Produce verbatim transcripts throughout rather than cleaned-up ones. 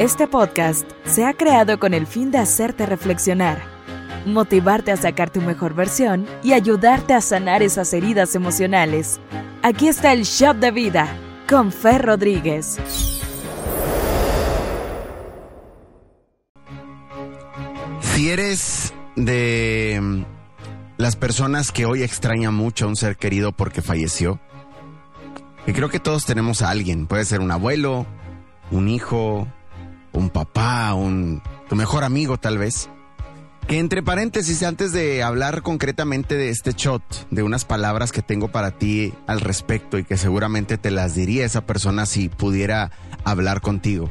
Este podcast se ha creado con el fin de hacerte reflexionar, motivarte a sacar tu mejor versión y ayudarte a sanar esas heridas emocionales. Aquí está el Shot de Vida con Fer Rodríguez. Si eres de las personas que hoy extraña mucho a un ser querido porque falleció, y creo que todos tenemos a alguien, puede ser un abuelo, un hijo, un papá, un tu mejor amigo tal vez, que entre paréntesis, antes de hablar concretamente de este shot, de unas palabras que tengo para ti al respecto y que seguramente te las diría esa persona si pudiera hablar contigo.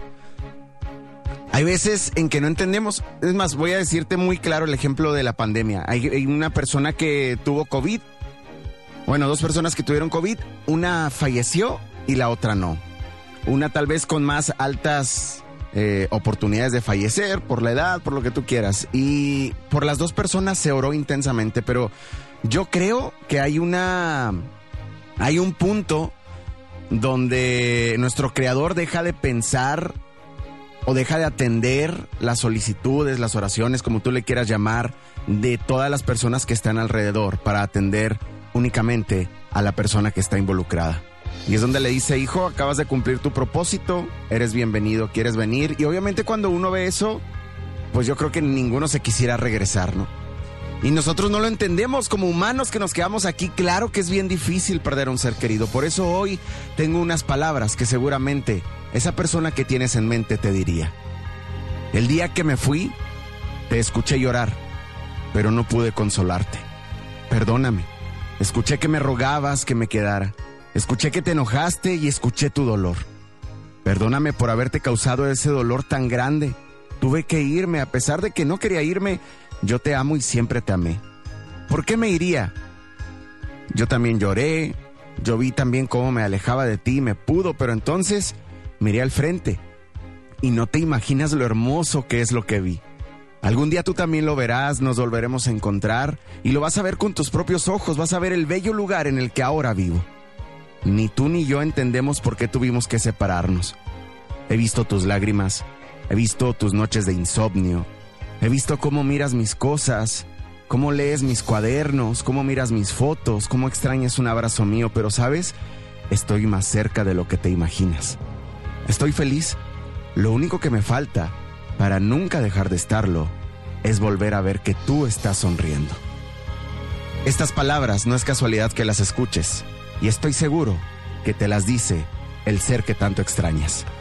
Hay veces en que no entendemos, es más, voy a decirte muy claro el ejemplo de la pandemia. Hay, hay una persona que tuvo COVID, bueno, dos personas que tuvieron COVID, una falleció y la otra no. Una tal vez con más altas eh, oportunidades de fallecer por la edad, por lo que tú quieras. Y por las dos personas se oró intensamente, pero yo creo que hay una, hay un punto donde nuestro Creador deja de pensar o deja de atender las solicitudes, las oraciones, como tú le quieras llamar, de todas las personas que están alrededor para atender únicamente a la persona que está involucrada. Y es donde le dice: hijo, acabas de cumplir tu propósito, eres bienvenido, quieres venir. Y obviamente cuando uno ve eso, pues yo creo que ninguno se quisiera regresar, ¿no? Y nosotros no lo entendemos como humanos que nos quedamos aquí. Claro que es bien difícil perder a un ser querido. Por eso hoy tengo unas palabras que seguramente esa persona que tienes en mente te diría. El día que me fui, te escuché llorar, pero no pude consolarte. Perdóname. Escuché que me rogabas que me quedara. Escuché que te enojaste y escuché tu dolor. Perdóname por haberte causado ese dolor tan grande. Tuve que irme, a pesar de que no quería irme. Yo te amo y siempre te amé. ¿Por qué me iría? Yo también lloré. Yo vi también cómo me alejaba de ti y me pudo, pero entonces miré al frente y no te imaginas lo hermoso que es lo que vi. Algún día tú también lo verás, nos volveremos a encontrar y lo vas a ver con tus propios ojos, vas a ver el bello lugar en el que ahora vivo. Ni tú ni yo entendemos por qué tuvimos que separarnos. He visto tus lágrimas, he visto tus noches de insomnio, he visto cómo miras mis cosas, cómo lees mis cuadernos, cómo miras mis fotos, cómo extrañas un abrazo mío, pero ¿sabes? Estoy más cerca de lo que te imaginas. Estoy feliz. Lo único que me falta, para nunca dejar de estarlo, es volver a ver que tú estás sonriendo. Estas palabras no es casualidad que las escuches, y estoy seguro que te las dice el ser que tanto extrañas.